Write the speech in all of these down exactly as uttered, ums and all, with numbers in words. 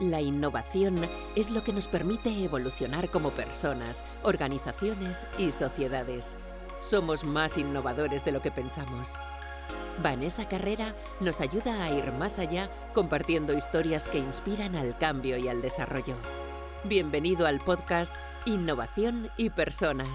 La innovación es lo que nos permite evolucionar como personas, organizaciones y sociedades. Somos más innovadores de lo que pensamos. Vanessa Carrera nos ayuda a ir más allá compartiendo historias que inspiran al cambio y al desarrollo. Bienvenido al podcast Innovación y Personas.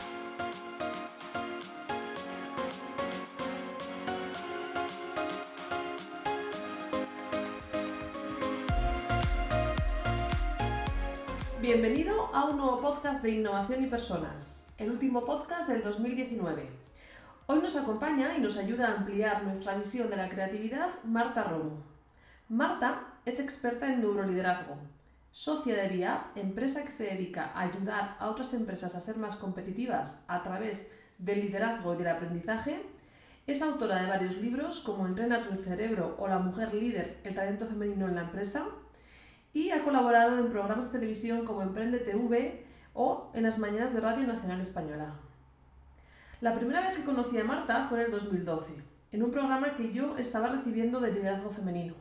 Bienvenido a un nuevo podcast de Innovación y Personas, el último podcast del dos mil diecinueve. Hoy nos acompaña y nos ayuda a ampliar nuestra visión de la creatividad Marta Romo. Marta es experta en neuroliderazgo, socia de ViaP, empresa que se dedica a ayudar a otras empresas a ser más competitivas a través del liderazgo y del aprendizaje. Es autora de varios libros como Entrena tu cerebro o La mujer líder, el talento femenino en la empresa, y ha colaborado en programas de televisión como Emprende T V o en las mañanas de Radio Nacional Española. La primera vez que conocí a Marta fue en el dos mil doce, en un programa que yo estaba recibiendo de liderazgo femenino.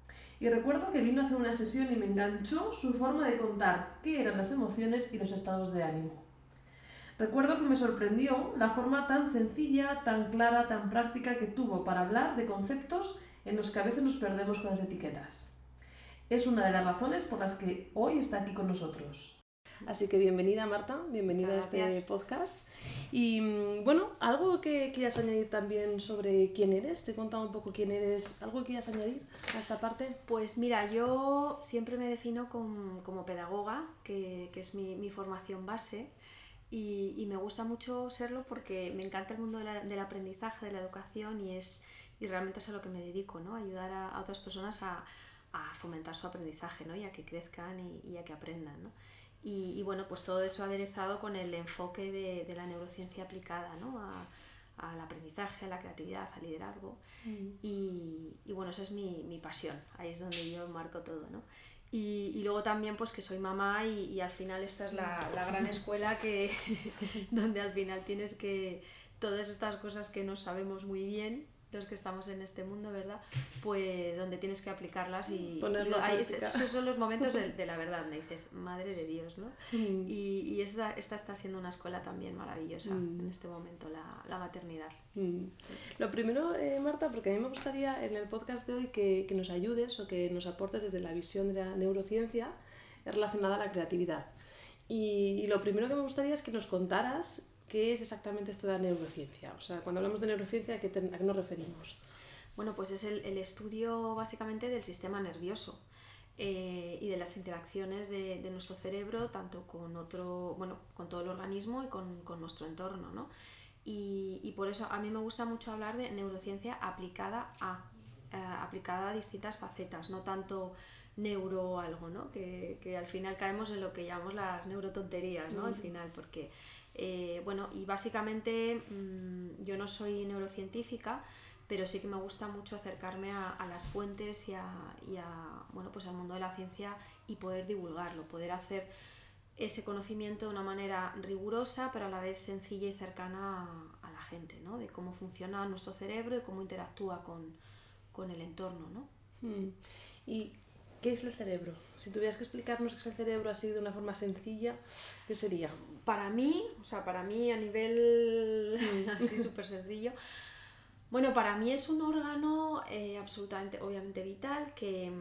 Y recuerdo que vino a hacer una sesión y me enganchó su forma de contar qué eran las emociones y los estados de ánimo. Recuerdo que me sorprendió la forma tan sencilla, tan clara, tan práctica que tuvo para hablar de conceptos en los que a veces nos perdemos con las etiquetas. Es una de las razones por las que hoy está aquí con nosotros. Así que bienvenida, Marta, bienvenida a este podcast. Y bueno, algo que quieras añadir también sobre quién eres, te he contado un poco quién eres, ¿algo que quieras añadir a esta parte? Pues mira, yo siempre me defino como, como pedagoga, que, que es mi, mi formación base, y, y me gusta mucho serlo porque me encanta el mundo de la, del aprendizaje, de la educación, y, es, y realmente es a lo que me dedico, ¿no? Ayudar a, a otras personas a a fomentar su aprendizaje, ¿no? Y a que crezcan y, y a que aprendan, ¿no? Y, y bueno, pues todo eso aderezado con el enfoque de, de la neurociencia aplicada, ¿no? A, al aprendizaje, a la creatividad, al liderazgo. Mm. Y, y bueno, esa es mi, mi pasión, ahí es donde yo marco todo, ¿no? Y, y luego también pues que soy mamá y, y al final esta es la, la gran escuela que donde al final tienes que todas estas cosas que no sabemos muy bien, los que estamos en este mundo, ¿verdad? Pues donde tienes que aplicarlas y, y ahí, esos son los momentos de, de la verdad, me dices, madre de Dios, ¿no? Mm. Y, y esta, esta está siendo una escuela también maravillosa mm. en este momento, la, la maternidad. Mm. Lo primero, eh, Marta, porque a mí me gustaría en el podcast de hoy que, que nos ayudes o que nos aportes desde la visión de la neurociencia relacionada a la creatividad. Y, y lo primero que me gustaría es que nos contaras ¿qué es exactamente esto de la neurociencia? O sea, cuando hablamos de neurociencia, ¿a qué, te, a qué nos referimos? Bueno, pues es el, el estudio básicamente del sistema nervioso eh, y de las interacciones de, de nuestro cerebro, tanto con otro, bueno, con todo el organismo y con, con nuestro entorno, ¿no? Y, y por eso a mí me gusta mucho hablar de neurociencia aplicada a, eh, aplicada a distintas facetas, no tanto neuro algo, ¿no? Que, que al final caemos en lo que llamamos las neurotonterías, ¿no? Mm. Al final, porque Eh, bueno, y básicamente mmm, yo no soy neurocientífica, pero sí que me gusta mucho acercarme a, a las fuentes y, a, y a, bueno, pues al mundo de la ciencia y poder divulgarlo, poder hacer ese conocimiento de una manera rigurosa, pero a la vez sencilla y cercana a, a la gente, ¿no? De cómo funciona nuestro cerebro y cómo interactúa con, con el entorno, ¿no? Hmm. Y ¿qué es el cerebro? Si tuvieras que explicarnos qué es el cerebro así de una forma sencilla, ¿qué sería? Para mí, o sea, para mí a nivel así súper sencillo, bueno, para mí es un órgano eh, absolutamente, obviamente vital, que,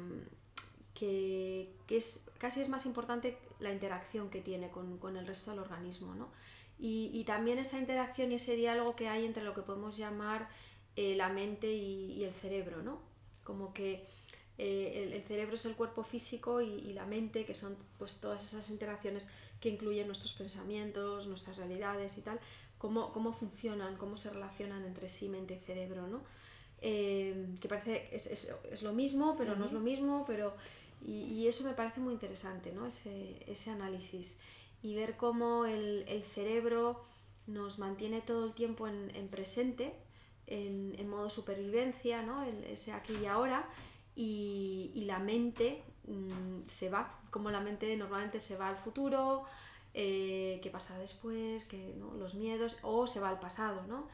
que, que es, casi es más importante la interacción que tiene con, con el resto del organismo, ¿no? Y, y también esa interacción y ese diálogo que hay entre lo que podemos llamar eh, la mente y, y el cerebro, ¿no? Como que Eh, el, el cerebro es el cuerpo físico y, y la mente, que son pues todas esas interacciones que incluyen nuestros pensamientos, nuestras realidades y tal, cómo, cómo funcionan, cómo se relacionan entre sí mente y cerebro, ¿no? Eh, que parece es, es, es lo mismo, pero uh-huh. no es lo mismo, pero y, y eso me parece muy interesante, ¿no? Ese, ese análisis y ver cómo el, el cerebro nos mantiene todo el tiempo en, en presente, en, en modo supervivencia, ¿no? El, ese aquí y ahora. Y, y la mente mmm, se va, como la mente normalmente se va al futuro, eh, qué pasa después, que, ¿no? Los miedos, o se va al pasado, ¿no?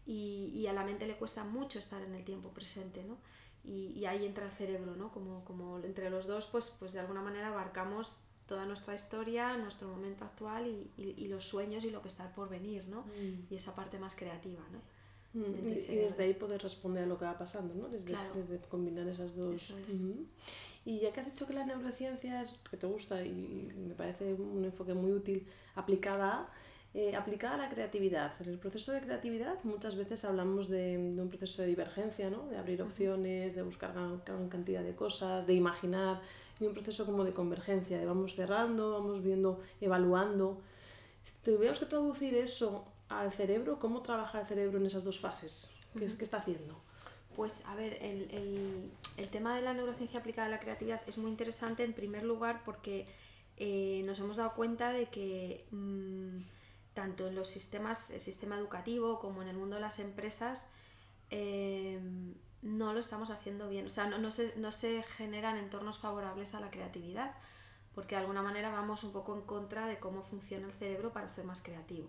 y, y a la mente le cuesta mucho estar en el tiempo presente, ¿no? Y, y ahí entra el cerebro, ¿no? Como, como entre los dos, pues, pues de alguna manera abarcamos toda nuestra historia, nuestro momento actual y, y, y los sueños y lo que está por venir, ¿no? Mm. Y esa parte más creativa, ¿no? Mm. Y, y desde ahí poder responder a lo que va pasando, ¿no? Desde, claro. desde combinar esas dos. Eso es. Uh-huh. Y ya que has dicho que la neurociencia es, que te gusta y me parece un enfoque muy útil, aplicada, eh, aplicada a la creatividad. En el proceso de creatividad muchas veces hablamos de, de un proceso de divergencia, ¿no? De abrir opciones, de buscar gran, gran cantidad de cosas, de imaginar, y un proceso como de convergencia, de vamos cerrando, vamos viendo, evaluando. Si tuviéramos que traducir eso al cerebro, ¿cómo trabaja el cerebro en esas dos fases? ¿Qué, uh-huh. ¿qué está haciendo? Pues a ver, el, el, el tema de la neurociencia aplicada a la creatividad es muy interesante en primer lugar porque eh, nos hemos dado cuenta de que mmm, tanto en los sistemas, el sistema educativo como en el mundo de las empresas eh, no lo estamos haciendo bien, o sea, no, no, se, no se generan entornos favorables a la creatividad porque de alguna manera vamos un poco en contra de cómo funciona el cerebro para ser más creativo.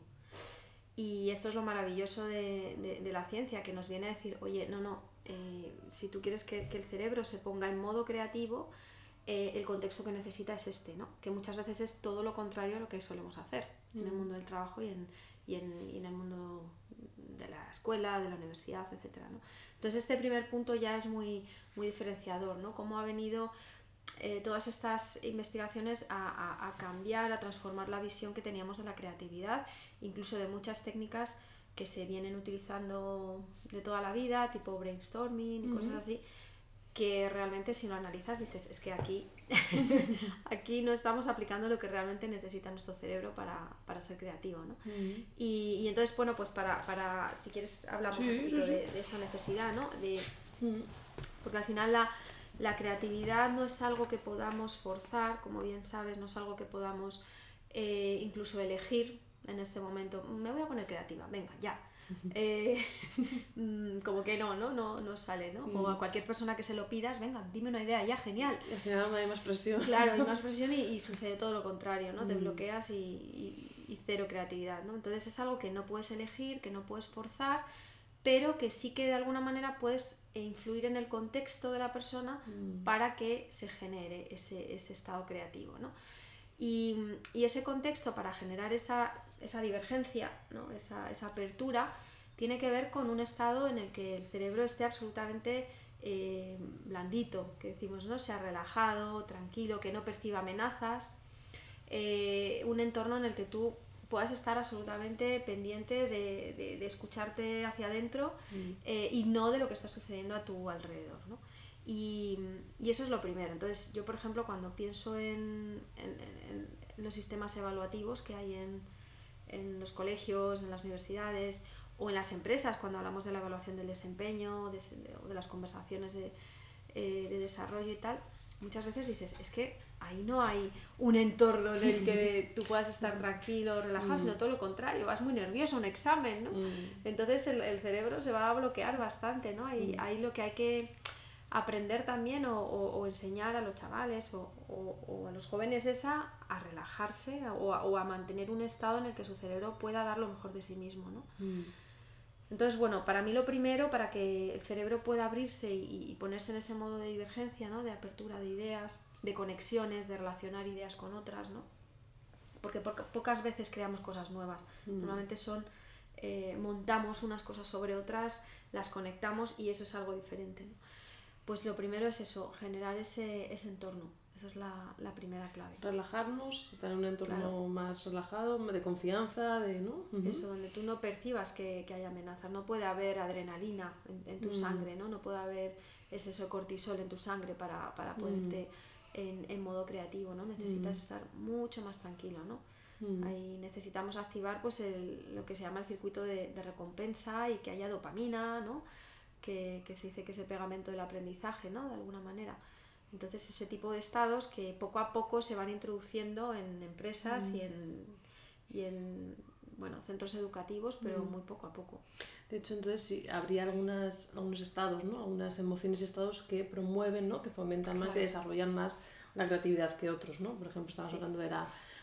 Y esto es lo maravilloso de, de, de la ciencia, que nos viene a decir, oye, no, no, eh, si tú quieres que, que el cerebro se ponga en modo creativo, eh, el contexto que necesita es este, ¿no? Que muchas veces es todo lo contrario a lo que solemos hacer mm. en el mundo del trabajo y en, y, en, y en el mundo de la escuela, de la universidad, etcétera, ¿no? Entonces este primer punto ya es muy, muy diferenciador, ¿no? Cómo ha venido eh, todas estas investigaciones a, a, a cambiar, a transformar la visión que teníamos de la creatividad, incluso de muchas técnicas que se vienen utilizando de toda la vida, tipo brainstorming y mm-hmm. cosas así, que realmente si lo analizas dices, es que aquí, aquí no estamos aplicando lo que realmente necesita nuestro cerebro para, para ser creativo, ¿no? Mm-hmm. Y, y entonces, bueno, pues para, para si quieres hablamos sí, un poquito sí, sí. De, de esa necesidad, ¿no? De, mm-hmm. Porque al final la, la creatividad no es algo que podamos forzar, como bien sabes, no es algo que podamos eh, incluso elegir en este momento. Me voy a poner creativa, venga, ya. Eh, como que no, no, no, no sale, ¿no? O a cualquier persona que se lo pidas, venga, dime una idea, ya, genial. Y al final no hay más presión. Claro, hay más presión y, y sucede todo lo contrario, ¿no? Mm. Te bloqueas y, y, y cero creatividad, ¿no? Entonces es algo que no puedes elegir, que no puedes forzar, pero que sí que de alguna manera puedes influir en el contexto de la persona mm. para que se genere ese, ese estado creativo, ¿no? Y, y ese contexto para generar esa, esa divergencia, ¿no? esa, esa apertura, tiene que ver con un estado en el que el cerebro esté absolutamente eh, blandito, que decimos, ¿no? Sea relajado, tranquilo, que no perciba amenazas, eh, un entorno en el que tú puedas estar absolutamente pendiente de, de, de escucharte hacia adentro mm. eh, y no de lo que está sucediendo a tu alrededor, ¿no? Y, y eso es lo primero. Entonces yo, por ejemplo, cuando pienso en, en, en los sistemas evaluativos que hay en, en los colegios, en las universidades o en las empresas, cuando hablamos de la evaluación del desempeño de, o de las conversaciones de, eh, de desarrollo y tal, muchas veces dices, es que ahí no hay un entorno en el que tú puedas estar tranquilo, relajado, sino todo lo contrario, vas muy nervioso a un examen, ¿no? Entonces el, el cerebro se va a bloquear bastante, ¿no? Ahí, ahí lo que hay que aprender también o, o, o enseñar a los chavales o, o, o a los jóvenes es a, a relajarse o a, o a mantener un estado en el que su cerebro pueda dar lo mejor de sí mismo, ¿no? Mm. Entonces, bueno, para mí lo primero, para que el cerebro pueda abrirse y, y ponerse en ese modo de divergencia, ¿no? De apertura de ideas, de conexiones, de relacionar ideas con otras, ¿no? Porque po- pocas veces creamos cosas nuevas. Mm. Normalmente son, eh, montamos unas cosas sobre otras, las conectamos y eso es algo diferente, ¿no? Pues lo primero es eso, generar ese, ese entorno. Esa es la, la primera clave. Relajarnos, estar en un entorno claro. más relajado, de confianza, de ¿no? Uh-huh. Eso, donde tú no percibas que, que hay amenazas. No puede haber adrenalina en, en tu mm. sangre, ¿no? No puede haber exceso de cortisol en tu sangre para, para ponerte mm. en, en modo creativo, ¿no? Necesitas mm. estar mucho más tranquilo, ¿no? Mm. Ahí necesitamos activar pues el, lo que se llama el circuito de, de recompensa y que haya dopamina, ¿no? Que, que se dice que es el pegamento del aprendizaje, ¿no? De alguna manera. Entonces ese tipo de estados que poco a poco se van introduciendo en empresas mm. y en, y en bueno, centros educativos, pero mm. muy poco a poco. De hecho, entonces sí, habría algunas, algunos estados, ¿no? Algunas emociones y estados que promueven, ¿no? Que fomentan claro. más, que desarrollan más la creatividad que otros, ¿no? Por ejemplo, estábamos sí. hablando de la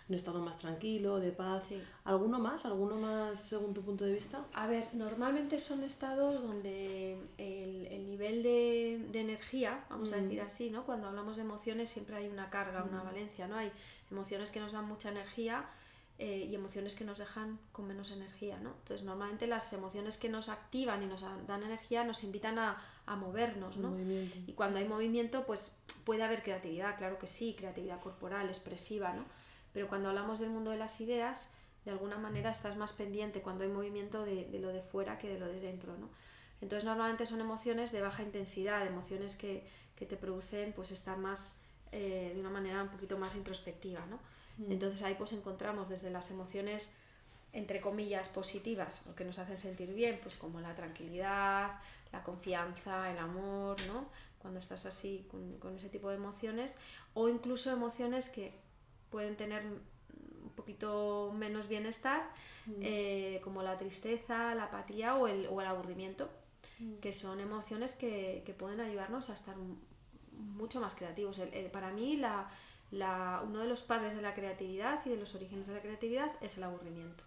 un estado más tranquilo, de paz. Sí. ¿Alguno más? ¿Alguno más según tu punto de vista? A ver, normalmente son estados donde el, el nivel de, de energía, vamos mm. a decir así, ¿no? Cuando hablamos de emociones siempre hay una carga, mm. una valencia, ¿no? Hay emociones que nos dan mucha energía eh, y emociones que nos dejan con menos energía, ¿no? Entonces normalmente las emociones que nos activan y nos dan energía nos invitan a, a movernos, ¿no? Y cuando hay movimiento pues puede haber creatividad, claro que sí, creatividad corporal, expresiva, ¿no? Pero cuando hablamos del mundo de las ideas, de alguna manera estás más pendiente cuando hay movimiento de, de lo de fuera que de lo de dentro, ¿no? Entonces normalmente son emociones de baja intensidad, emociones que, que te producen pues estar más eh, de una manera un poquito más introspectiva, ¿no? Mm. Entonces ahí pues encontramos desde las emociones entre comillas positivas o que nos hacen sentir bien, pues como la tranquilidad, la confianza, el amor, ¿no? Cuando estás así con, con ese tipo de emociones, o incluso emociones que pueden tener un poquito menos bienestar, mm. eh, como la tristeza, la apatía o el, o el aburrimiento, mm. que son emociones que, que pueden ayudarnos a estar mucho más creativos. El, el, para mí la, la, uno de los padres de la creatividad y de los orígenes de la creatividad es el aburrimiento.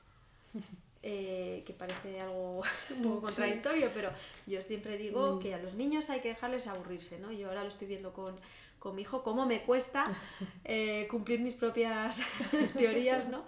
Eh, que parece algo un poco contradictorio, pero yo siempre digo mm. que a los niños hay que dejarles aburrirse, ¿no? Yo ahora lo estoy viendo con, con mi hijo, cómo me cuesta eh, cumplir mis propias teorías, ¿no?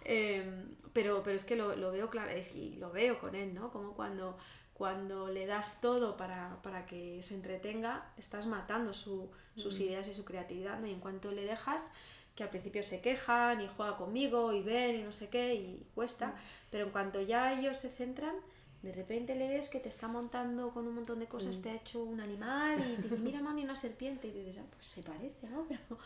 Eh, pero, pero es que lo, lo veo claro, y lo veo con él, ¿no? Como cuando, cuando le das todo para, para que se entretenga, estás matando su, sus mm. ideas y su creatividad, ¿no? Y en cuanto le dejas, que al principio se quejan y juega conmigo y ven y no sé qué y cuesta, mm. pero en cuanto ya ellos se centran, de repente le ves que te está montando con un montón de cosas, mm. te ha hecho un animal y te dice, mira mami, una serpiente, y te dices, ah, pues se parece, ¿no? Pero,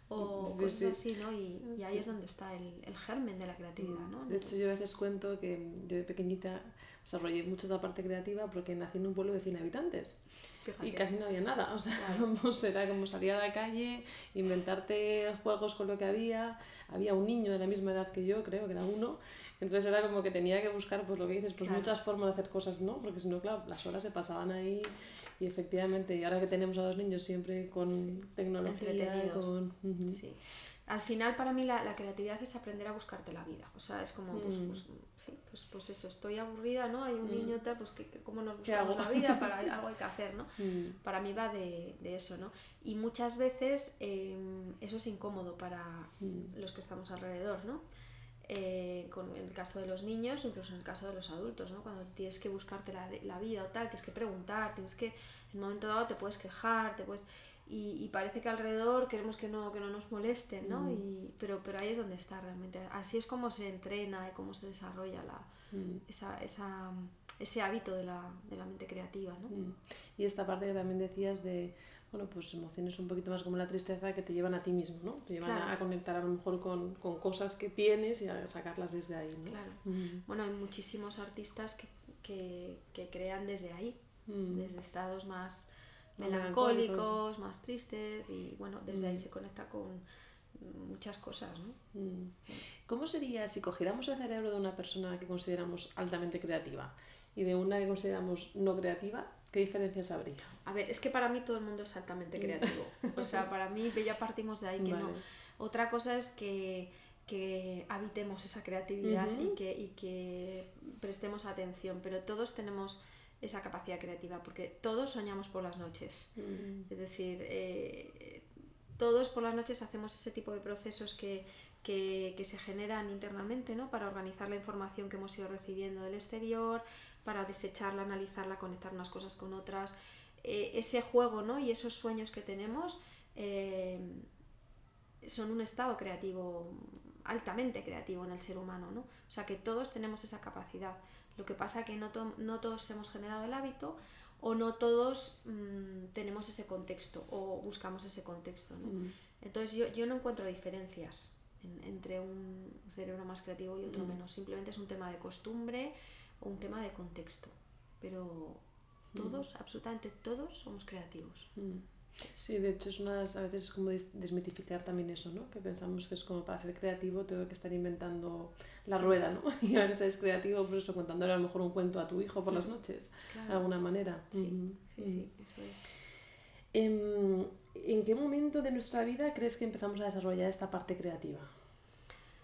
o sí, cosas sí. así, ¿no? Y, y ahí sí. es donde está el, el germen de la creatividad, ¿no? De hecho, yo a veces cuento que yo de pequeñita desarrollé mucho esta parte creativa porque nací en un pueblo de cien habitantes. Fíjate. Y casi no había nada, o sea, claro. vamos, era como salir a la calle, inventarte juegos con lo que había, había un niño de la misma edad que yo, creo que era uno, entonces era como que tenía que buscar, pues lo que dices, pues claro. muchas formas de hacer cosas, ¿no? Porque si no, claro, las horas se pasaban ahí y efectivamente, y ahora que tenemos a dos niños siempre con sí. tecnología, con... Uh-huh. Sí. Al final para mí la, la creatividad es aprender a buscarte la vida, o sea, es como, mm. pues, pues, sí, pues, pues eso, estoy aburrida, ¿no? Hay un mm. niño tal, pues que, que cómo nos buscamos la vida, para algo hay que hacer, ¿no? Mm. Para mí va de, de eso, ¿no? Y muchas veces eh, eso es incómodo para mm. los que estamos alrededor, ¿no? Eh, con el caso de los niños, incluso en el caso de los adultos, ¿no? Cuando tienes que buscarte la, la vida o tal, tienes que preguntar, tienes que, en un momento dado te puedes quejar, te puedes... Y, y parece que alrededor queremos que no, que no nos molesten, ¿no? Mm. Y, pero, pero ahí es donde está realmente. Así es como se entrena y cómo se desarrolla la, mm. esa, esa, ese hábito de la, de la mente creativa, ¿no? Mm. Y esta parte que también decías de, bueno, pues emociones un poquito más como la tristeza que te llevan a ti mismo, ¿no? Te llevan claro. a, a conectar a lo mejor con, con cosas que tienes y a sacarlas desde ahí, ¿no? Claro. Mm. Bueno, hay muchísimos artistas que, que, que crean desde ahí, mm. desde estados más... melancólicos, más tristes y bueno, desde mm. ahí se conecta con muchas cosas, ¿no? Mm. ¿Cómo sería si cogiéramos el cerebro de una persona que consideramos altamente creativa y de una que consideramos no creativa? ¿Qué diferencias habría? A ver, es que para mí todo el mundo es altamente creativo, o sea, para mí ya partimos de ahí que vale. no. Otra cosa es que que habitemos esa creatividad uh-huh. y, que, y que prestemos atención, pero todos tenemos esa capacidad creativa, porque todos soñamos por las noches. Mm. Es decir, eh, todos por las noches hacemos ese tipo de procesos que, que, que se generan internamente, ¿no? Para organizar la información que hemos ido recibiendo del exterior, para desecharla, analizarla, conectar unas cosas con otras. Eh, ese juego, ¿no? Y esos sueños que tenemos eh, son un estado creativo, altamente creativo en el ser humano, ¿no? O sea que todos tenemos esa capacidad. Lo que pasa es que no, to- no todos hemos generado el hábito o no todos mmm, tenemos ese contexto o buscamos ese contexto, ¿no? Mm. Entonces yo, yo no encuentro diferencias en, entre un cerebro más creativo y otro mm. menos. Simplemente es un tema de costumbre o un tema de contexto. Pero todos, mm. absolutamente todos, somos creativos. Mm. Sí, de hecho es unas, a veces es como desmitificar también eso, ¿no? Que pensamos que es como para ser creativo tengo que estar inventando la sí. rueda, ¿no? Y a veces es creativo por eso, contándole a lo mejor un cuento a tu hijo por las noches, claro. de alguna manera. Sí, mm-hmm. sí, sí, eso es. ¿En, ¿En qué momento de nuestra vida crees que empezamos a desarrollar esta parte creativa?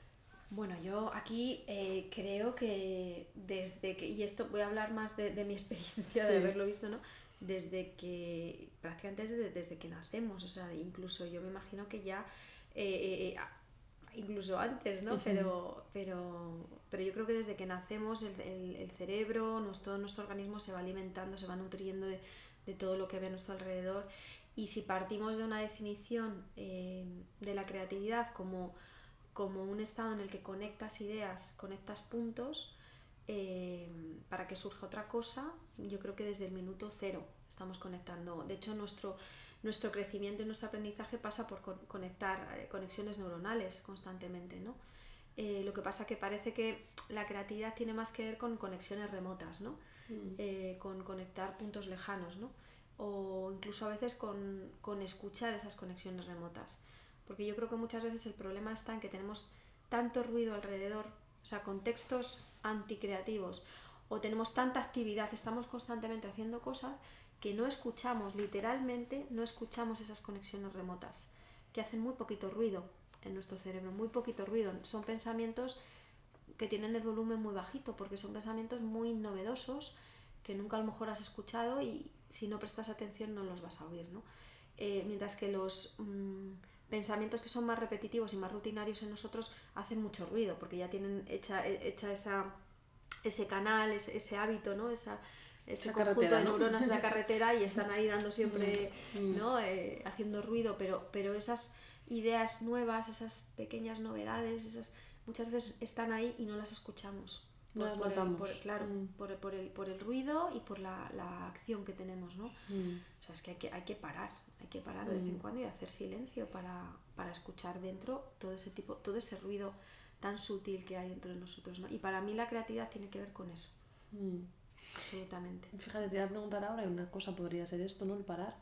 Bueno, yo aquí eh, creo que desde que, y esto voy a hablar más de, de mi experiencia sí. de haberlo visto, ¿no? Desde que, prácticamente desde, desde que nacemos, o sea, incluso yo me imagino que ya, eh, eh, incluso antes, ¿no? Uh-huh. Pero, pero, pero yo creo que desde que nacemos el, el, el cerebro, nuestro, todo nuestro organismo se va alimentando, se va nutriendo de, de todo lo que ve a nuestro alrededor, y si partimos de una definición eh, de la creatividad como como un estado en el que conectas ideas, conectas puntos eh, para que surja otra cosa, yo creo que desde el minuto cero estamos conectando. De hecho, nuestro, nuestro crecimiento y nuestro aprendizaje pasa por con, conectar eh, conexiones neuronales constantemente, ¿no? Eh, lo que pasa que parece que la creatividad tiene más que ver con conexiones remotas, ¿no? Mm. Eh, con conectar puntos lejanos, ¿no? O incluso a veces con, con escuchar esas conexiones remotas. Porque yo creo que muchas veces el problema está en que tenemos tanto ruido alrededor, o sea, contextos anticreativos, o tenemos tanta actividad, estamos constantemente haciendo cosas que no escuchamos, literalmente no escuchamos esas conexiones remotas, que hacen muy poquito ruido en nuestro cerebro, muy poquito ruido. Son pensamientos que tienen el volumen muy bajito, porque son pensamientos muy novedosos que nunca a lo mejor has escuchado y si no prestas atención no los vas a oír, ¿no? Eh, mientras que los... Mmm, pensamientos que son más repetitivos y más rutinarios en nosotros hacen mucho ruido porque ya tienen hecha, hecha esa, ese canal, ese, ese hábito, ¿no? esa, ese esa conjunto de ¿no? neuronas de la carretera y están ahí dando siempre, ¿no? eh, haciendo ruido, pero, pero esas ideas nuevas, esas pequeñas novedades, esas, muchas veces están ahí y no las escuchamos. No por, las por notamos. El, por, claro, mm. por, por, el, por el ruido y por la, la acción que tenemos, ¿no? Mm. O sea, es que hay que, hay que parar. Hay que parar de vez en cuando y hacer silencio para, para escuchar dentro todo ese tipo, todo ese ruido tan sutil que hay dentro de nosotros, ¿no? Y para mí la creatividad tiene que ver con eso. Mm. Absolutamente. Fíjate, te voy a preguntar ahora, y una cosa podría ser esto, ¿no? El parar.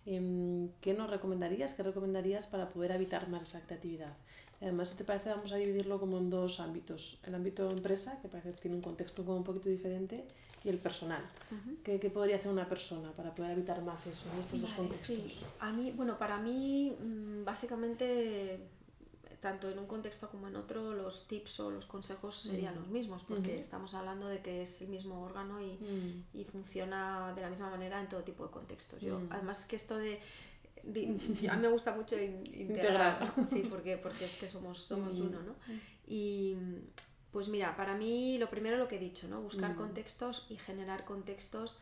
Eh, ¿Qué nos recomendarías? ¿Qué recomendarías para poder habitar más esa creatividad? Además, si te parece, vamos a dividirlo como en dos ámbitos. El ámbito empresa, que parece que tiene un contexto como un poquito diferente, y el personal. Uh-huh. ¿Qué, ¿Qué podría hacer una persona para poder evitar más eso en estos vale, dos contextos? Sí. A mí, bueno, para mí, básicamente, tanto en un contexto como en otro, los tips o los consejos serían uh-huh. los mismos, porque uh-huh. estamos hablando de que es el mismo órgano y, uh-huh. y funciona de la misma manera en todo tipo de contextos. Yo, uh-huh. además que esto de De, a mí me gusta mucho in, integrar, ¿no? Sí, porque, porque es que somos, somos mm. uno, ¿no? Y pues mira, para mí lo primero lo que he dicho, ¿no? Buscar mm. contextos y generar contextos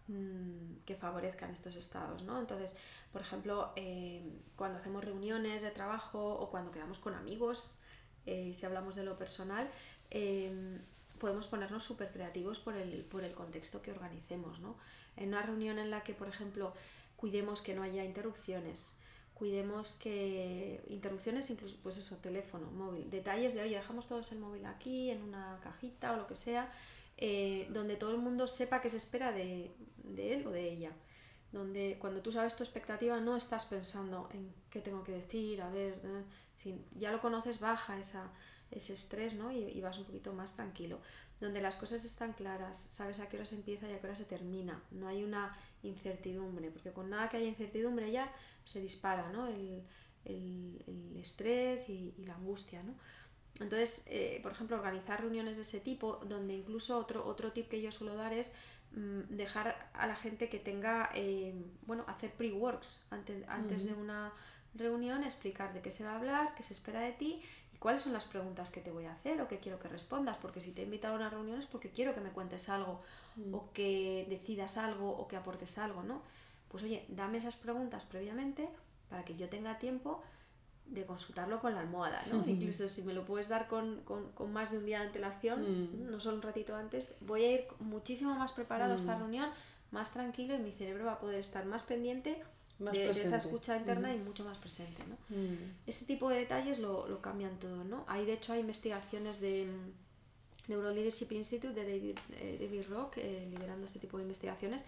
mmm, que favorezcan estos estados, ¿no? Entonces, por ejemplo, eh, cuando hacemos reuniones de trabajo o cuando quedamos con amigos, eh, si hablamos de lo personal, eh, podemos ponernos súper creativos por el, por el contexto que organicemos, ¿no? En una reunión en la que, por ejemplo, cuidemos que no haya interrupciones, cuidemos que interrupciones incluso, pues eso, teléfono, móvil, detalles de, oye, dejamos todos el móvil aquí, en una cajita o lo que sea, eh, donde todo el mundo sepa qué se espera de, de él o de ella, donde cuando tú sabes tu expectativa no estás pensando en qué tengo que decir, a ver, eh, si ya lo conoces, baja esa, ese estrés, ¿no? y, y vas un poquito más tranquilo, donde las cosas están claras, sabes a qué hora se empieza y a qué hora se termina, no hay una incertidumbre, porque con nada que haya incertidumbre ya se dispara, ¿no? el, el, el estrés y, y la angustia, ¿no? Entonces, eh, por ejemplo, organizar reuniones de ese tipo, donde incluso otro, otro tip que yo suelo dar es mmm, dejar a la gente que tenga, eh, bueno, hacer pre-works antes, antes uh-huh. de una reunión, explicar de qué se va a hablar, qué se espera de ti, cuáles son las preguntas que te voy a hacer o que quiero que respondas, porque si te he invitado a una reunión es porque quiero que me cuentes algo mm. o que decidas algo o que aportes algo, ¿no? Pues oye, dame esas preguntas previamente para que yo tenga tiempo de consultarlo con la almohada, ¿no? Mm. Incluso si me lo puedes dar con, con, con más de un día de antelación, mm. no solo un ratito antes, voy a ir muchísimo más preparado mm. a esta reunión, más tranquilo y mi cerebro va a poder estar más pendiente De, de esa escucha interna uh-huh. y mucho más presente, ¿no? Uh-huh. Este tipo de detalles lo, lo cambian todo, ¿no? Hay, de hecho, hay investigaciones de um, Neuro Leadership Institute de David, eh, David Rock, eh, liderando este tipo de investigaciones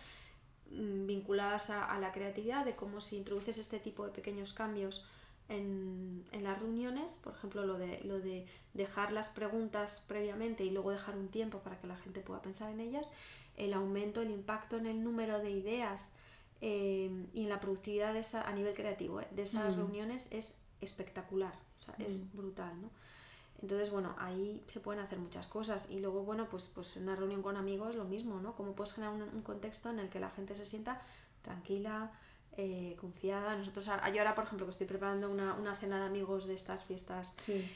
um, vinculadas a, a la creatividad, de cómo si introduces este tipo de pequeños cambios en, en las reuniones, por ejemplo, lo de, lo de dejar las preguntas previamente y luego dejar un tiempo para que la gente pueda pensar en ellas, el aumento, el impacto en el número de ideas Eh, y en la productividad de esa, a nivel creativo, ¿eh? de esas mm. reuniones es espectacular, o sea, mm. es brutal, ¿no? Entonces, bueno, ahí se pueden hacer muchas cosas. Y luego, bueno, pues, pues en una reunión con amigos lo mismo, ¿no? Cómo puedes generar un, un contexto en el que la gente se sienta tranquila, eh, confiada. Nosotros, yo ahora, por ejemplo, que estoy preparando una, una cena de amigos de estas fiestas, sí.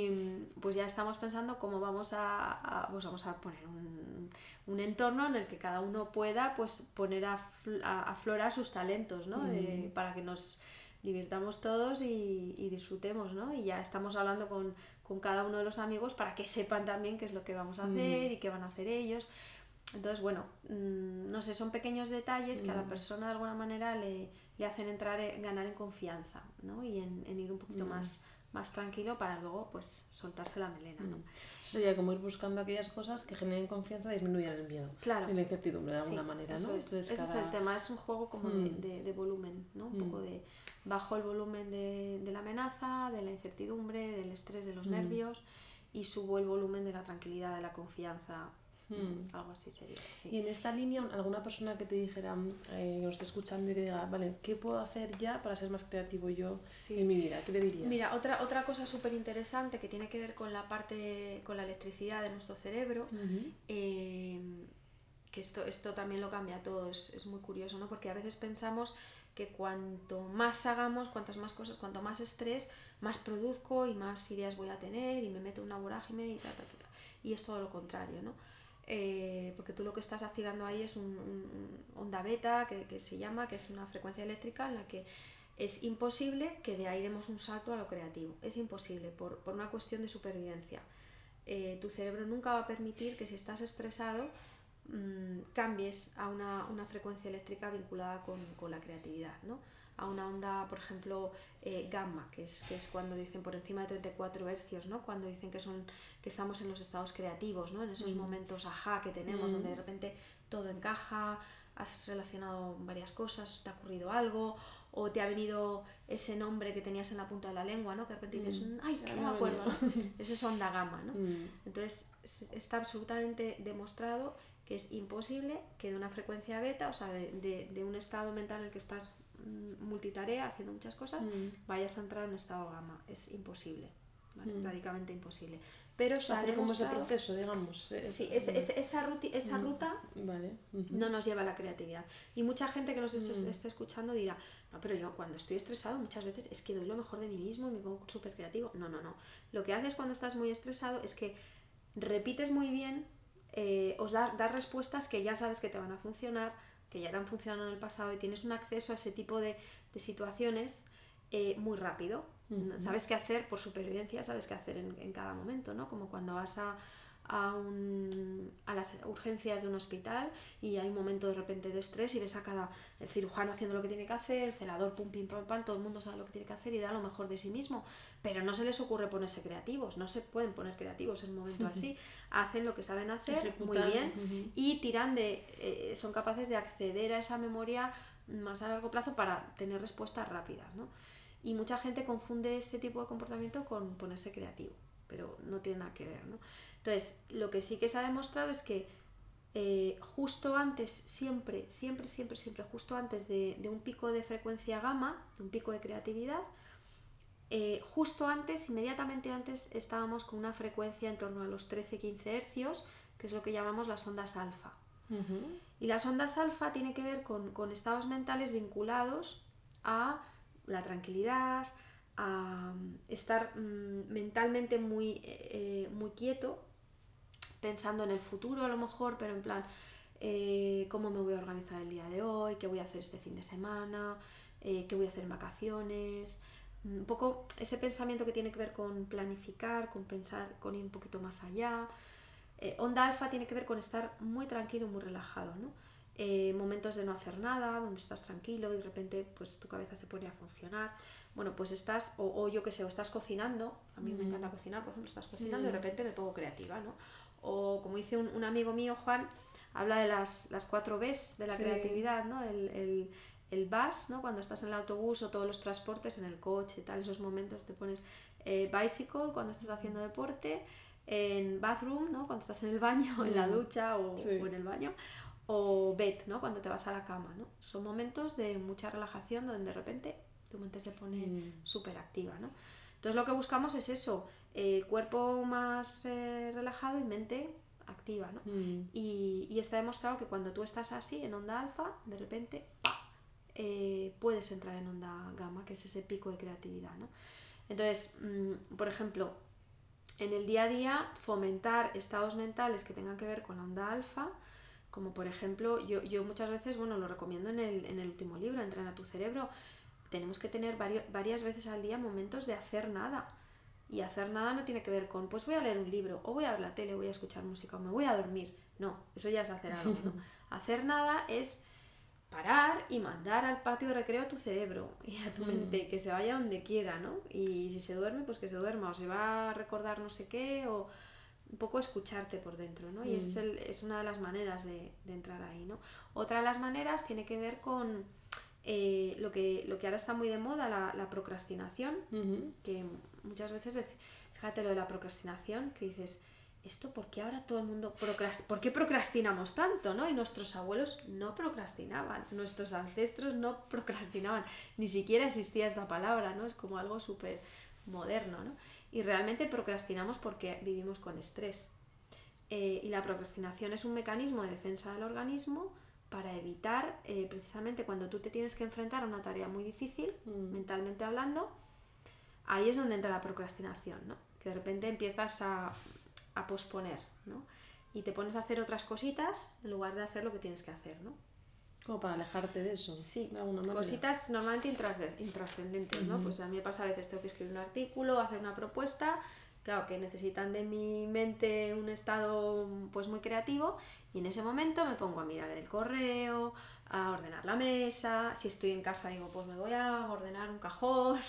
y pues ya estamos pensando cómo vamos a, a, pues vamos a poner un, un entorno en el que cada uno pueda pues poner a, a aflorar sus talentos, ¿no? Mm. De, para que nos divirtamos todos y, y disfrutemos, ¿no? Y ya estamos hablando con, con cada uno de los amigos para que sepan también qué es lo que vamos a hacer mm. y qué van a hacer ellos. Entonces, bueno, mmm, no sé, son pequeños detalles que a la persona de alguna manera le, le hacen entrar, en, ganar en confianza, ¿no? Y en, en ir un poquito mm. más, más tranquilo para luego, pues, soltarse la melena, ¿no? Eso sería como ir buscando aquellas cosas que generen confianza y disminuyan el miedo. Claro. Y la incertidumbre de alguna sí, manera, eso ¿no? Es. Entonces, ese cada... es el tema, es un juego como mm. de, de, de volumen, ¿no? Un mm. poco de bajo el volumen de, de la amenaza, de la incertidumbre, del estrés, de los mm. nervios, y subo el volumen de la tranquilidad, de la confianza. Hmm. Algo así sería. Sí. Y en esta línea, alguna persona que te dijera, eh, que nos esté escuchando y que diga, vale, ¿qué puedo hacer ya para ser más creativo yo sí. en mi vida? ¿Qué le dirías? Mira, otra, otra cosa súper interesante que tiene que ver con la parte, con la electricidad de nuestro cerebro, uh-huh. eh, que esto, esto también lo cambia todo, es, es muy curioso, ¿no? Porque a veces pensamos que cuanto más hagamos, cuantas más cosas, cuanto más estrés, más produzco y más ideas voy a tener y me meto en una vorágine y ta, ta, ta, ta. Y es todo lo contrario, ¿no? Eh, porque tú lo que estás activando ahí es un, un onda beta que, que se llama, que es una frecuencia eléctrica en la que es imposible que de ahí demos un salto a lo creativo, es imposible por, por una cuestión de supervivencia. Eh, tu cerebro nunca va a permitir que si estás estresado mmm, cambies a una, una frecuencia eléctrica vinculada con, con la creatividad, ¿no? A una onda, por ejemplo, eh, gamma, que es, que es cuando dicen por encima de treinta y cuatro hercios, ¿no? Cuando dicen que, son, que estamos en los estados creativos, ¿no? En esos mm. momentos ajá que tenemos, mm. donde de repente todo encaja, has relacionado varias cosas, te ha ocurrido algo, o te ha venido ese nombre que tenías en la punta de la lengua, ¿no? Que de repente dices, mm. ay, no me acuerdo, ¿no? Eso es onda gamma, ¿no? Mm. Entonces, está absolutamente demostrado que es imposible que de una frecuencia beta, o sea, de, de, de un estado mental en el que estás multitarea, haciendo muchas cosas, mm. vayas a entrar en estado gamma. Es imposible, ¿vale? Mm. Radicalmente imposible. Pero se hace como ese proceso, digamos. Eh, sí, es, es, esa, ruti, esa mm. ruta vale. uh-huh. no nos lleva a la creatividad. Y mucha gente que nos mm. esté escuchando dirá, no, pero yo cuando estoy estresado muchas veces es que doy lo mejor de mí mismo y me pongo súper creativo. No, no, no. Lo que haces cuando estás muy estresado es que repites muy bien, eh, os das da respuestas que ya sabes que te van a funcionar, que ya te han funcionado en el pasado y tienes un acceso a ese tipo de, de situaciones eh, muy rápido. Uh-huh. Sabes qué hacer por supervivencia, sabes qué hacer en, en cada momento, ¿no? Como cuando vas a, a, un, a las urgencias de un hospital y hay un momento de repente de estrés y ves a cada el cirujano haciendo lo que tiene que hacer, el celador pum pim pam pam, todo el mundo sabe lo que tiene que hacer y da lo mejor de sí mismo, pero no se les ocurre ponerse creativos, no se pueden poner creativos en un momento uh-huh. así, hacen lo que saben hacer Ejecutar. muy bien uh-huh. y tiran de, eh, son capaces de acceder a esa memoria más a largo plazo para tener respuestas rápidas, ¿no? Y mucha gente confunde este tipo de comportamiento con ponerse creativo, pero no tiene nada que ver, ¿no? Entonces, lo que sí que se ha demostrado es que eh, justo antes, siempre, siempre, siempre, siempre, justo antes de, de un pico de frecuencia gamma, de un pico de creatividad, eh, justo antes, inmediatamente antes, estábamos con una frecuencia en torno a los trece a quince hercios, que es lo que llamamos las ondas alfa. Uh-huh. Y las ondas alfa tienen que ver con, con estados mentales vinculados a la tranquilidad, a estar mmm, mentalmente muy, eh, muy quieto, pensando en el futuro a lo mejor, pero en plan, eh, ¿cómo me voy a organizar el día de hoy? ¿Qué voy a hacer este fin de semana? Eh, ¿Qué voy a hacer en vacaciones? Un poco ese pensamiento que tiene que ver con planificar, con pensar, con ir un poquito más allá. Eh, onda alfa tiene que ver con estar muy tranquilo, muy relajado, ¿no? Eh, momentos de no hacer nada, donde estás tranquilo y de repente pues tu cabeza se pone a funcionar. Bueno, pues estás, o, o yo qué sé, o estás cocinando, a mí mm. me encanta cocinar, por ejemplo, estás cocinando mm. y de repente me pongo creativa, ¿no? O como dice un, un amigo mío, Juan, habla de las, las cuatro Bs de la sí. creatividad, ¿no? El, el, el bus, ¿no? Cuando estás en el autobús o todos los transportes, en el coche, tal, esos momentos te pones eh, bicycle cuando estás haciendo deporte, en bathroom, ¿no? Cuando estás en el baño, mm. en la ducha o, sí. o en el baño, o bed, ¿no? Cuando te vas a la cama, ¿no? Son momentos de mucha relajación donde de repente tu mente se pone mm. súper activa, ¿no? Entonces lo que buscamos es eso, eh, cuerpo más eh, relajado y mente activa, ¿no? Mm. Y, y está demostrado que cuando tú estás así, en onda alfa, de repente, ¡pa! Eh, puedes entrar en onda gamma, que es ese pico de creatividad, ¿no? Entonces, mmm, por ejemplo, en el día a día, fomentar estados mentales que tengan que ver con la onda alfa, como por ejemplo, yo, yo muchas veces, bueno, lo recomiendo en el, en el último libro, Entrena tu cerebro, tenemos que tener varios, varias veces al día momentos de hacer nada. Y hacer nada no tiene que ver con, pues voy a leer un libro, o voy a ver la tele, o voy a escuchar música, o me voy a dormir. No, eso ya es hacer algo, ¿no? Hacer nada es parar y mandar al patio de recreo a tu cerebro y a tu mente, que se vaya donde quiera, ¿no? Y si se duerme, pues que se duerma, o se va a recordar no sé qué, o un poco escucharte por dentro, ¿no? Y es, el, es una de las maneras de, de entrar ahí, ¿no? Otra de las maneras tiene que ver con eh, lo, que, lo que ahora está muy de moda, la, la procrastinación, Uh-huh. que muchas veces, fíjate lo de la procrastinación, que dices, ¿esto por qué ahora todo el mundo procrast... ¿Por qué procrastinamos tanto, no? Y nuestros abuelos no procrastinaban, nuestros ancestros no procrastinaban, ni siquiera existía esta palabra, ¿no? Es como algo súper moderno, ¿no? Y realmente procrastinamos porque vivimos con estrés. Eh, y la procrastinación es un mecanismo de defensa del organismo para evitar, eh, precisamente cuando tú te tienes que enfrentar a una tarea muy difícil, mm. mentalmente hablando, ahí es donde entra la procrastinación, ¿no? Que de repente empiezas a, a posponer, ¿no? Y te pones a hacer otras cositas en lugar de hacer lo que tienes que hacer, ¿no? Como para alejarte de eso. Sí, de alguna manera. Cositas normalmente intrascendentes, ¿no? Uh-huh. Pues a mí me pasa a veces, tengo que escribir un artículo, hacer una propuesta, claro, que necesitan de mi mente un estado pues muy creativo, y en ese momento me pongo a mirar el correo, a ordenar la mesa, si estoy en casa digo, pues me voy a ordenar un cajón,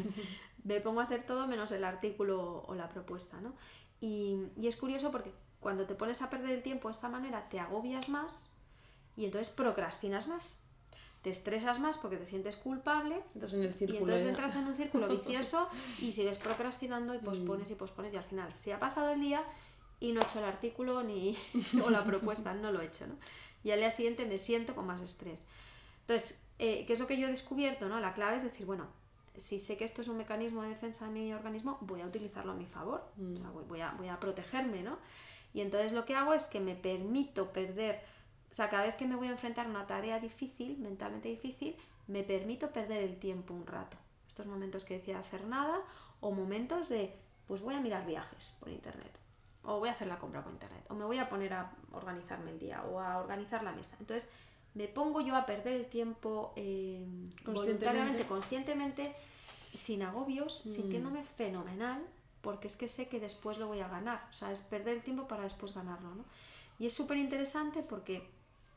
me pongo a hacer todo menos el artículo o la propuesta, ¿no? Y, y es curioso porque cuando te pones a perder el tiempo de esta manera te agobias más y entonces procrastinas más. Te estresas más porque te sientes culpable entras en el círculo, y entonces ya. entras en un círculo vicioso y sigues procrastinando y pospones y pospones y al final se ha pasado el día y no he hecho el artículo ni o la propuesta, no lo he hecho, ¿no? Y al día siguiente me siento con más estrés. Entonces, eh, ¿qué es lo que yo he descubierto, ¿no? La clave es decir, bueno, si sé que esto es un mecanismo de defensa de mi organismo, voy a utilizarlo a mi favor, mm. o sea, voy a, voy a protegerme, ¿no? Y entonces lo que hago es que me permito perder, o sea, cada vez que me voy a enfrentar a una tarea difícil, mentalmente difícil, me permito perder el tiempo un rato. Estos momentos que decía hacer nada, o momentos de, pues voy a mirar viajes por internet, o voy a hacer la compra por internet, o me voy a poner a organizarme el día, o a organizar la mesa. Entonces, me pongo yo a perder el tiempo eh, voluntariamente, conscientemente, sin agobios, mm. sintiéndome fenomenal, porque es que sé que después lo voy a ganar. O sea, es perder el tiempo para después ganarlo, ¿no? Y es súper interesante porque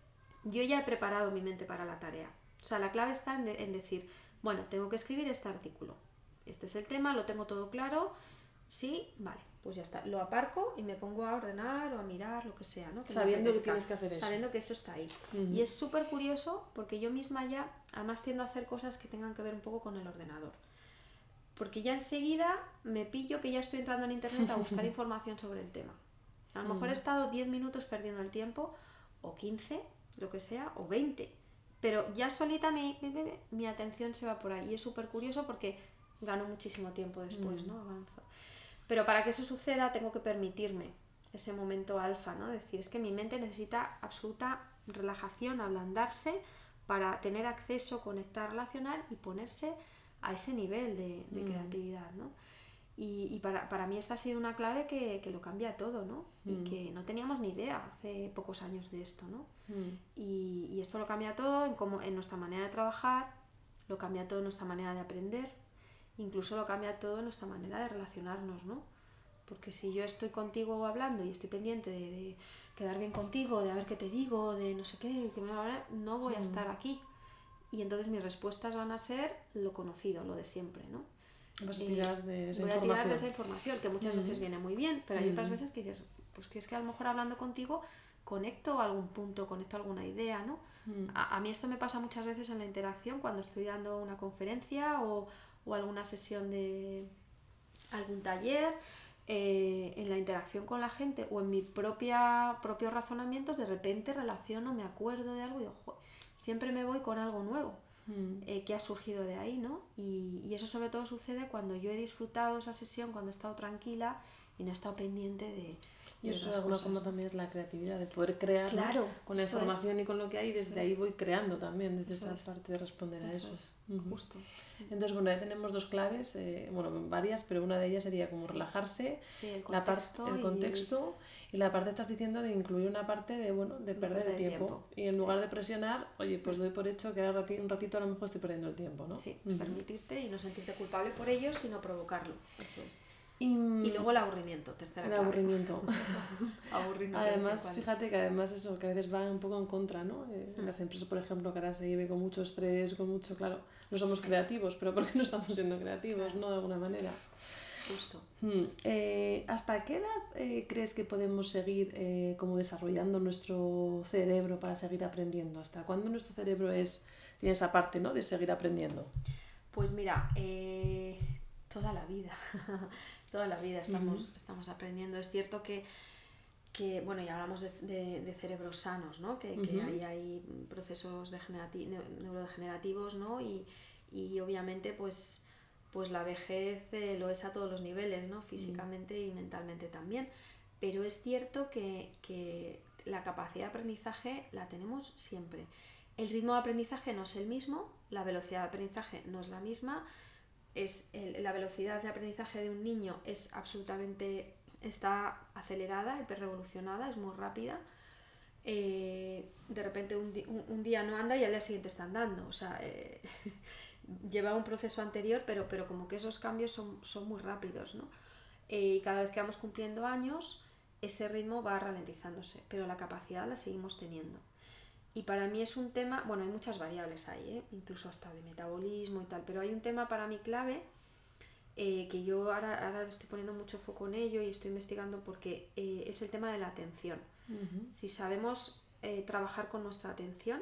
yo ya he preparado mi mente para la tarea. O sea, la clave está en, de, en decir, bueno, tengo que escribir este artículo. Este es el tema, lo tengo todo claro. Sí, vale, pues ya está. Lo aparco y me pongo a ordenar o a mirar, lo que sea, ¿no? Que sabiendo que tienes que hacer eso. Sabiendo que eso está ahí. Uh-huh. Y es súper curioso porque yo misma ya, además tiendo a hacer cosas que tengan que ver un poco con el ordenador. Porque ya enseguida me pillo que ya estoy entrando en internet a buscar información sobre el tema. A lo mejor uh-huh. he estado diez minutos perdiendo el tiempo, o quince, lo que sea, o veinte. Pero ya solita mi, mi, mi, mi atención se va por ahí. Y es súper curioso porque gano muchísimo tiempo después, uh-huh. ¿no? Avanzo. Pero para que eso suceda tengo que permitirme ese momento alfa, ¿no? Decir, es que mi mente necesita absoluta relajación, ablandarse para tener acceso, conectar, relacionar y ponerse a ese nivel de, de mm. creatividad, ¿no? Y, y para, para mí esta ha sido una clave que, que lo cambia todo, ¿no? Mm. Y que no teníamos ni idea hace pocos años de esto, ¿no? Mm. Y, y esto lo cambia todo en, cómo, en nuestra manera de trabajar, lo cambia todo en nuestra manera de aprender, incluso lo cambia todo en nuestra manera de relacionarnos, ¿no? Porque si yo estoy contigo hablando y estoy pendiente de, de quedar bien contigo, de a ver qué te digo, de no sé qué, que me va a hablar, no voy a mm. estar aquí. Y entonces mis respuestas van a ser lo conocido, lo de siempre, ¿no? Vas a tirar de esa voy información. a tirar de esa información, que muchas mm. veces viene muy bien, pero hay mm. otras veces que dices, pues que es que a lo mejor hablando contigo conecto algún punto, conecto alguna idea, ¿no? Mm. A, a mí esto me pasa muchas veces en la interacción cuando estoy dando una conferencia o, o alguna sesión de algún taller, eh, en la interacción con la gente o en mi propia propios razonamientos, de repente relaciono, me acuerdo de algo y digo, joder, siempre me voy con algo nuevo. mm. eh, que ha surgido de ahí, ¿no? Y, y eso sobre todo sucede cuando yo he disfrutado esa sesión, cuando he estado tranquila y no he estado pendiente de... Y eso de alguna cosas, forma ¿no? también es la creatividad, de poder crear, claro, ¿no? Con la información es, y con lo que hay, desde ahí es. voy creando también, desde eso esa es. parte de responder a eso. eso es. Uh-huh. Justo. Entonces, bueno, ya tenemos dos claves, eh, bueno, varias, pero una de ellas sería como sí. relajarse, sí, el la parte, el contexto y... y la parte estás diciendo de incluir una parte de, bueno, de perder, perder el tiempo. tiempo. Y en lugar sí. de presionar, oye, pues doy por hecho que ahora un ratito a lo mejor estoy perdiendo el tiempo, ¿no? Sí, uh-huh. permitirte y no sentirte culpable por ello, sino provocarlo, eso es. Y, y luego el aburrimiento, tercera el clave. aburrimiento. Aburrimiento. Además, fíjate que además eso, que a veces va un poco en contra, ¿no? Eh, en las empresas, por ejemplo, que ahora se lleve con mucho estrés, con mucho, claro, no somos sí. creativos, pero ¿por qué no estamos siendo creativos, claro. no? De alguna manera. Justo. Hmm. Eh, ¿Hasta qué edad eh, crees que podemos seguir eh, como desarrollando nuestro cerebro para seguir aprendiendo? ¿Hasta cuándo nuestro cerebro es, tiene esa parte, ¿no? De seguir aprendiendo? Pues mira, eh, toda la vida. Toda la vida estamos, uh-huh. estamos aprendiendo. Es cierto que, que bueno, ya hablamos de, de, de cerebros sanos, ¿no? Que, uh-huh. que ahí hay procesos degenerati- neurodegenerativos, ¿no? Y, y obviamente, pues, pues la vejez eh, lo es a todos los niveles, ¿no? Físicamente uh-huh. y mentalmente también. Pero es cierto que, que la capacidad de aprendizaje la tenemos siempre. El ritmo de aprendizaje no es el mismo, la velocidad de aprendizaje no es la misma. Es el, la velocidad de aprendizaje de un niño es absolutamente, está acelerada, hiperrevolucionada, es muy rápida. Eh, de repente un, di- un, un día no anda y al día siguiente está andando. O sea, eh, lleva un proceso anterior, pero, pero como que esos cambios son, son muy rápidos, ¿no? Eh, y cada vez que vamos cumpliendo años, ese ritmo va ralentizándose, pero la capacidad la seguimos teniendo. Y para mí es un tema, bueno, hay muchas variables ahí, ¿eh? Incluso hasta de metabolismo y tal, pero hay un tema para mí clave eh, que yo ahora, ahora estoy poniendo mucho foco en ello y estoy investigando porque eh, es el tema de la atención. Uh-huh. Si sabemos eh, trabajar con nuestra atención,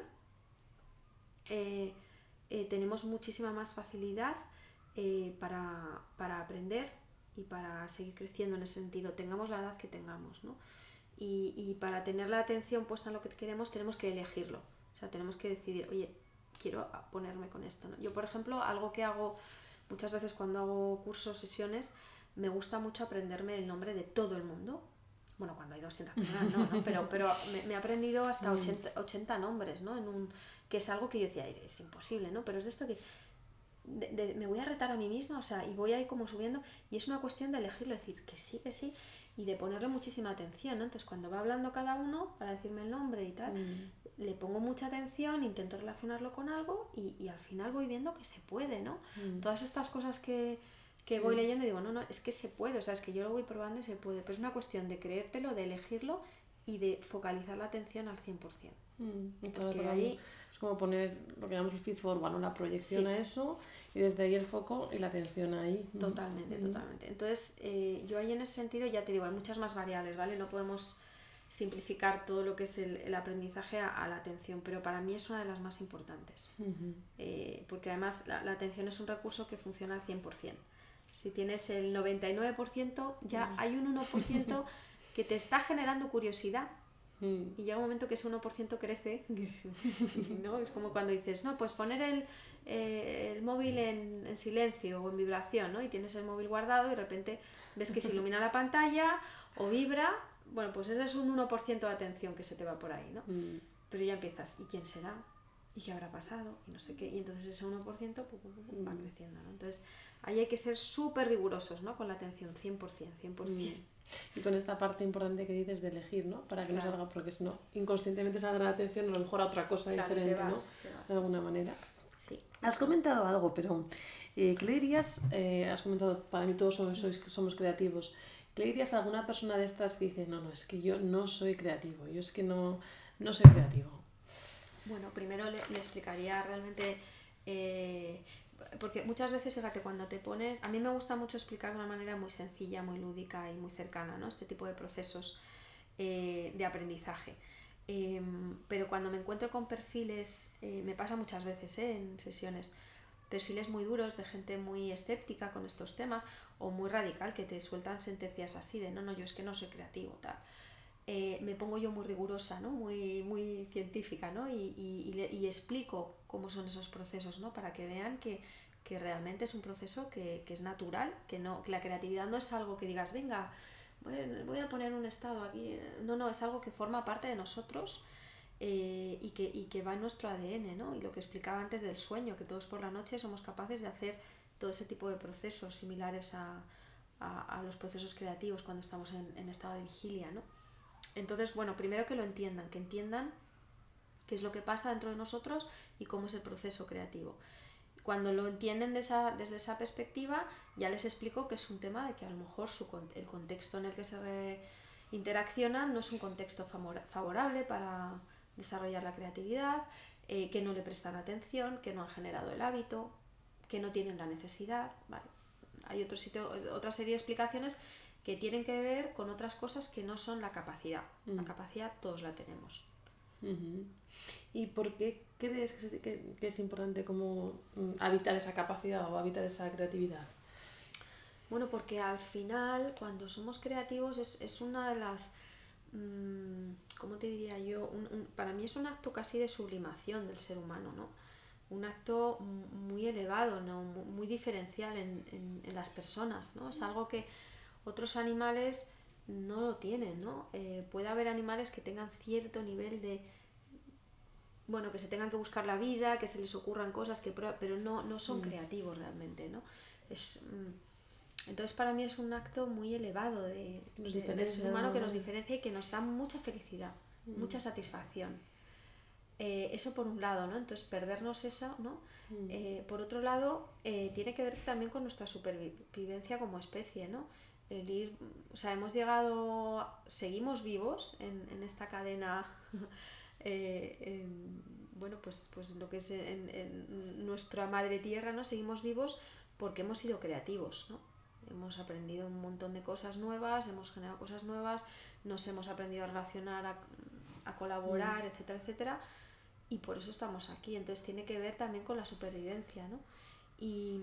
eh, eh, tenemos muchísima más facilidad eh, para, para aprender y para seguir creciendo en ese sentido, tengamos la edad que tengamos, ¿no? Y, y para tener la atención puesta en lo que queremos tenemos que elegirlo, o sea, tenemos que decidir, oye, quiero ponerme con esto, ¿no? Yo, por ejemplo, algo que hago muchas veces cuando hago cursos, sesiones, me gusta mucho aprenderme el nombre de todo el mundo. Bueno, cuando hay doscientas personas, no, ¿no? Pero, pero me, me he aprendido hasta ochenta, ochenta nombres, ¿no? En un, que es algo que yo decía, ay, es imposible, ¿no? Pero es de esto que de, de, me voy a retar a mí misma, o sea, y voy ahí como subiendo, y es una cuestión de elegirlo, decir que sí, que sí, y de ponerle muchísima atención, ¿no? Entonces, cuando va hablando cada uno para decirme el nombre y tal, mm. le pongo mucha atención, intento relacionarlo con algo y, y al final voy viendo que se puede, ¿no? Mm. Todas estas cosas que, que voy mm. leyendo y digo, no, no, es que se puede, o sea, es que yo lo voy probando y se puede, pero es una cuestión de creértelo, de elegirlo y de focalizar la atención al cien por ciento. Mm. Porque ahí es como poner lo que llamamos el feed forward, ¿no? La proyección sí. a eso y desde ahí el foco y la atención ahí. Totalmente, mm. totalmente. Entonces, eh, yo ahí en ese sentido ya te digo, hay muchas más variables, ¿vale? No podemos simplificar todo lo que es el, el aprendizaje a, a la atención, pero para mí es una de las más importantes. Uh-huh. Eh, porque además la, la atención es un recurso que funciona al cien por ciento. Si tienes el noventa y nueve por ciento, ya uh-huh. hay un uno por ciento que te está generando curiosidad. Mm. Y llega un momento que ese uno por ciento crece, ¿no? Es como cuando dices, no, pues poner el, eh, el móvil en, en silencio o en vibración, ¿no? Y tienes el móvil guardado y de repente ves que se ilumina la pantalla o vibra, bueno, pues ese es un uno por ciento de atención que se te va por ahí, ¿no? Mm. Pero ya empiezas, ¿y quién será? ¿Y qué habrá pasado? Y no sé qué, y entonces ese uno por ciento pu, pu, pu, va creciendo, ¿no? Entonces ahí hay que ser súper rigurosos, ¿no? Con la atención, cien por ciento, cien por ciento. Mm. Y con esta parte importante que dices de elegir, ¿no? Para que claro. no salga, porque si no, inconscientemente saldrá la atención a lo mejor a otra cosa claro, diferente, vas, ¿no? Vas, de alguna sí, manera. Sí. Has comentado algo, pero eh, ¿qué le dirías? Eh, has comentado, para mí todos somos, sois, somos creativos. ¿Qué le dirías a alguna persona de estas que dice, no, no, es que yo no soy creativo, yo es que no, no soy creativo? Bueno, primero le, le explicaría realmente... Eh, porque muchas veces, fíjate, cuando te pones... A mí me gusta mucho explicar de una manera muy sencilla, muy lúdica y muy cercana, ¿no? Este tipo de procesos eh, de aprendizaje. Eh, pero cuando me encuentro con perfiles, eh, me pasa muchas veces ¿eh? en sesiones, perfiles muy duros de gente muy escéptica con estos temas o muy radical, que te sueltan sentencias así de no, no, yo es que no soy creativo, tal. eh, me pongo yo muy rigurosa, ¿no? Muy, muy científica, ¿no? Y, y, y, le, y explico cómo son esos procesos, ¿no? Para que vean que, que realmente es un proceso que, que es natural, que, no, que la creatividad no es algo que digas, venga, voy, voy a poner un estado aquí. No, no, es algo que forma parte de nosotros. Eh, y, que, y que va en nuestro A D N, ¿no? Y lo que explicaba antes del sueño, que todos por la noche somos capaces de hacer todo ese tipo de procesos similares a, a, a los procesos creativos cuando estamos en, en estado de vigilia, ¿no? Entonces, bueno, primero que lo entiendan, que entiendan qué es lo que pasa dentro de nosotros y cómo es el proceso creativo. Cuando lo entienden de esa, desde esa perspectiva, ya les explico que es un tema de que a lo mejor su, el contexto en el que se re, interaccionan no es un contexto favorable para desarrollar la creatividad, eh, que no le prestan atención, que no han generado el hábito, que no tienen la necesidad, ¿vale? Hay otro sitio, otra serie de explicaciones que tienen que ver con otras cosas que no son la capacidad. Mm. La capacidad todos la tenemos. Uh-huh. ¿Y por qué crees que es, que, que es importante como habitar esa capacidad o habitar esa creatividad? Bueno, porque al final, cuando somos creativos, es, es una de las... ¿Cómo te diría yo? Un, un, para mí es un acto casi de sublimación del ser humano, ¿no? Un acto muy elevado, ¿no? Muy, muy diferencial en, en, en las personas, ¿no? Es algo que otros animales no lo tienen, ¿no? Eh, puede haber animales que tengan cierto nivel de... Bueno, que se tengan que buscar la vida, que se les ocurran cosas, que pero no, no son mm. creativos realmente, ¿no? Es... Entonces para mí es un acto muy elevado de, de, del ser humano, que nos diferencia y que nos da mucha felicidad, mm. mucha satisfacción. Eh, eso por un lado, ¿no? Entonces perdernos eso, ¿no? Mm. Eh, por otro lado, eh, tiene que ver también con nuestra supervivencia como especie, ¿no? El ir, o sea, hemos llegado, seguimos vivos en, en esta cadena, eh, en, bueno, pues, pues lo que es en, en nuestra madre tierra, ¿no? Seguimos vivos porque hemos sido creativos, ¿no? Hemos aprendido un montón de cosas nuevas, hemos generado cosas nuevas, nos hemos aprendido a relacionar, a, a colaborar, mm. etcétera, etcétera, y por eso estamos aquí. Entonces tiene que ver también con la supervivencia, ¿no? Y,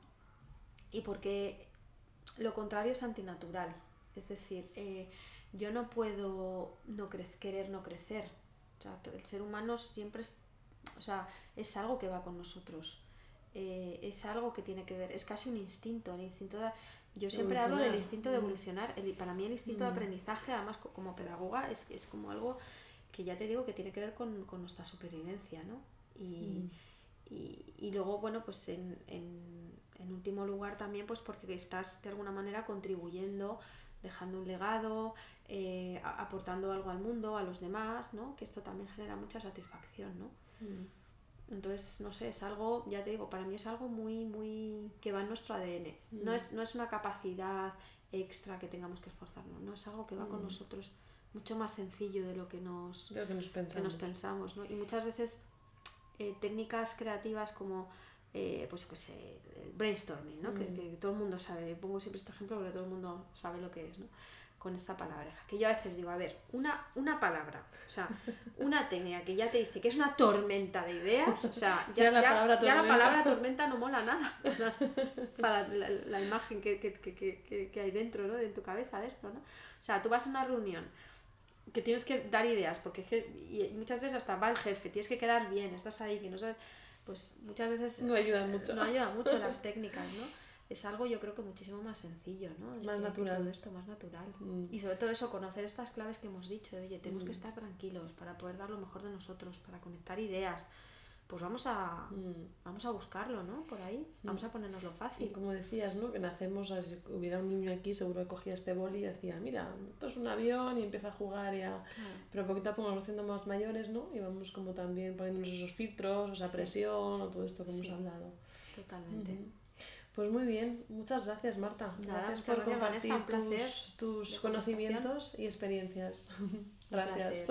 y porque lo contrario es antinatural, es decir, eh, yo no puedo no cre- querer no crecer. O sea, el ser humano siempre es, o sea, es algo que va con nosotros. Eh, es algo que tiene que ver, es casi un instinto, el instinto de, yo siempre hablo del instinto de evolucionar, el, para mí el instinto mm. de aprendizaje, además como pedagoga, es, es como algo que ya te digo que tiene que ver con, con nuestra supervivencia, ¿no? Y, mm. y, y luego, bueno, pues en, en, en último lugar también, pues porque estás de alguna manera contribuyendo, dejando un legado, eh, aportando algo al mundo, a los demás, ¿no? Que esto también genera mucha satisfacción, ¿no? Mm. Entonces, no sé, es algo, ya te digo, para mí es algo muy, muy que va en nuestro A D N. Mm. No es, no es una capacidad extra que tengamos que esforzarnos, no es algo que va mm. con nosotros, mucho más sencillo de lo que nos, de lo que nos pensamos, que nos pensamos, ¿no? Y muchas veces eh, técnicas creativas como, eh, pues yo qué sé, el brainstorming, ¿no? Mm. Que, que todo el mundo sabe, pongo siempre este ejemplo porque todo el mundo sabe lo que es, ¿no? Con esta palabra, que yo a veces digo, a ver, una, una palabra, o sea, una técnica que ya te dice que es una tormenta de ideas, o sea, ya, ya, la, ya, palabra ya la palabra tormenta no mola nada para, para la, la imagen que, que, que, que, que hay dentro, ¿no? De tu cabeza de esto, ¿no? O sea, tú vas a una reunión que tienes que dar ideas, porque es que, y muchas veces hasta va el jefe, tienes que quedar bien, estás ahí, que no sabes, pues muchas veces no ayudan mucho, no ayudan mucho las técnicas, ¿no? Es algo yo creo que muchísimo más sencillo, ¿no? Más que, natural. Que todo esto, más natural. Mm. Y sobre todo eso, conocer estas claves que hemos dicho, de, oye, tenemos mm. que estar tranquilos para poder dar lo mejor de nosotros, para conectar ideas. Pues vamos a mm. vamos a buscarlo, ¿no? Por ahí, vamos mm. a ponernoslo fácil. Y como decías, ¿no? Que nacemos, si hubiera un niño aquí, seguro que cogía este boli y decía, mira, esto es un avión, y empieza a jugar y a... Claro. Pero poquito a poco nos haciendo más mayores, ¿no? Y vamos como también poniéndonos esos filtros, esa sí. presión, o todo esto que sí. hemos hablado. Totalmente. Uh-huh. Pues muy bien, muchas gracias, Marta. Nada, gracias por gracias, compartir Vanessa, tus, tus conocimientos y experiencias. Gracias.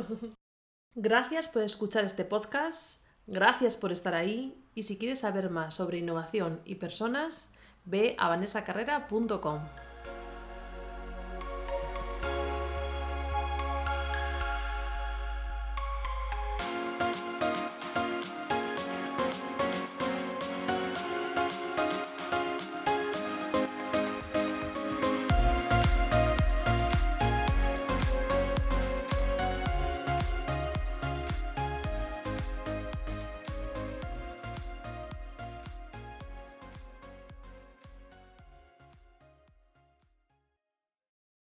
Gracias por escuchar este podcast, gracias por estar ahí y si quieres saber más sobre innovación y personas, ve a vanessa carrera punto com.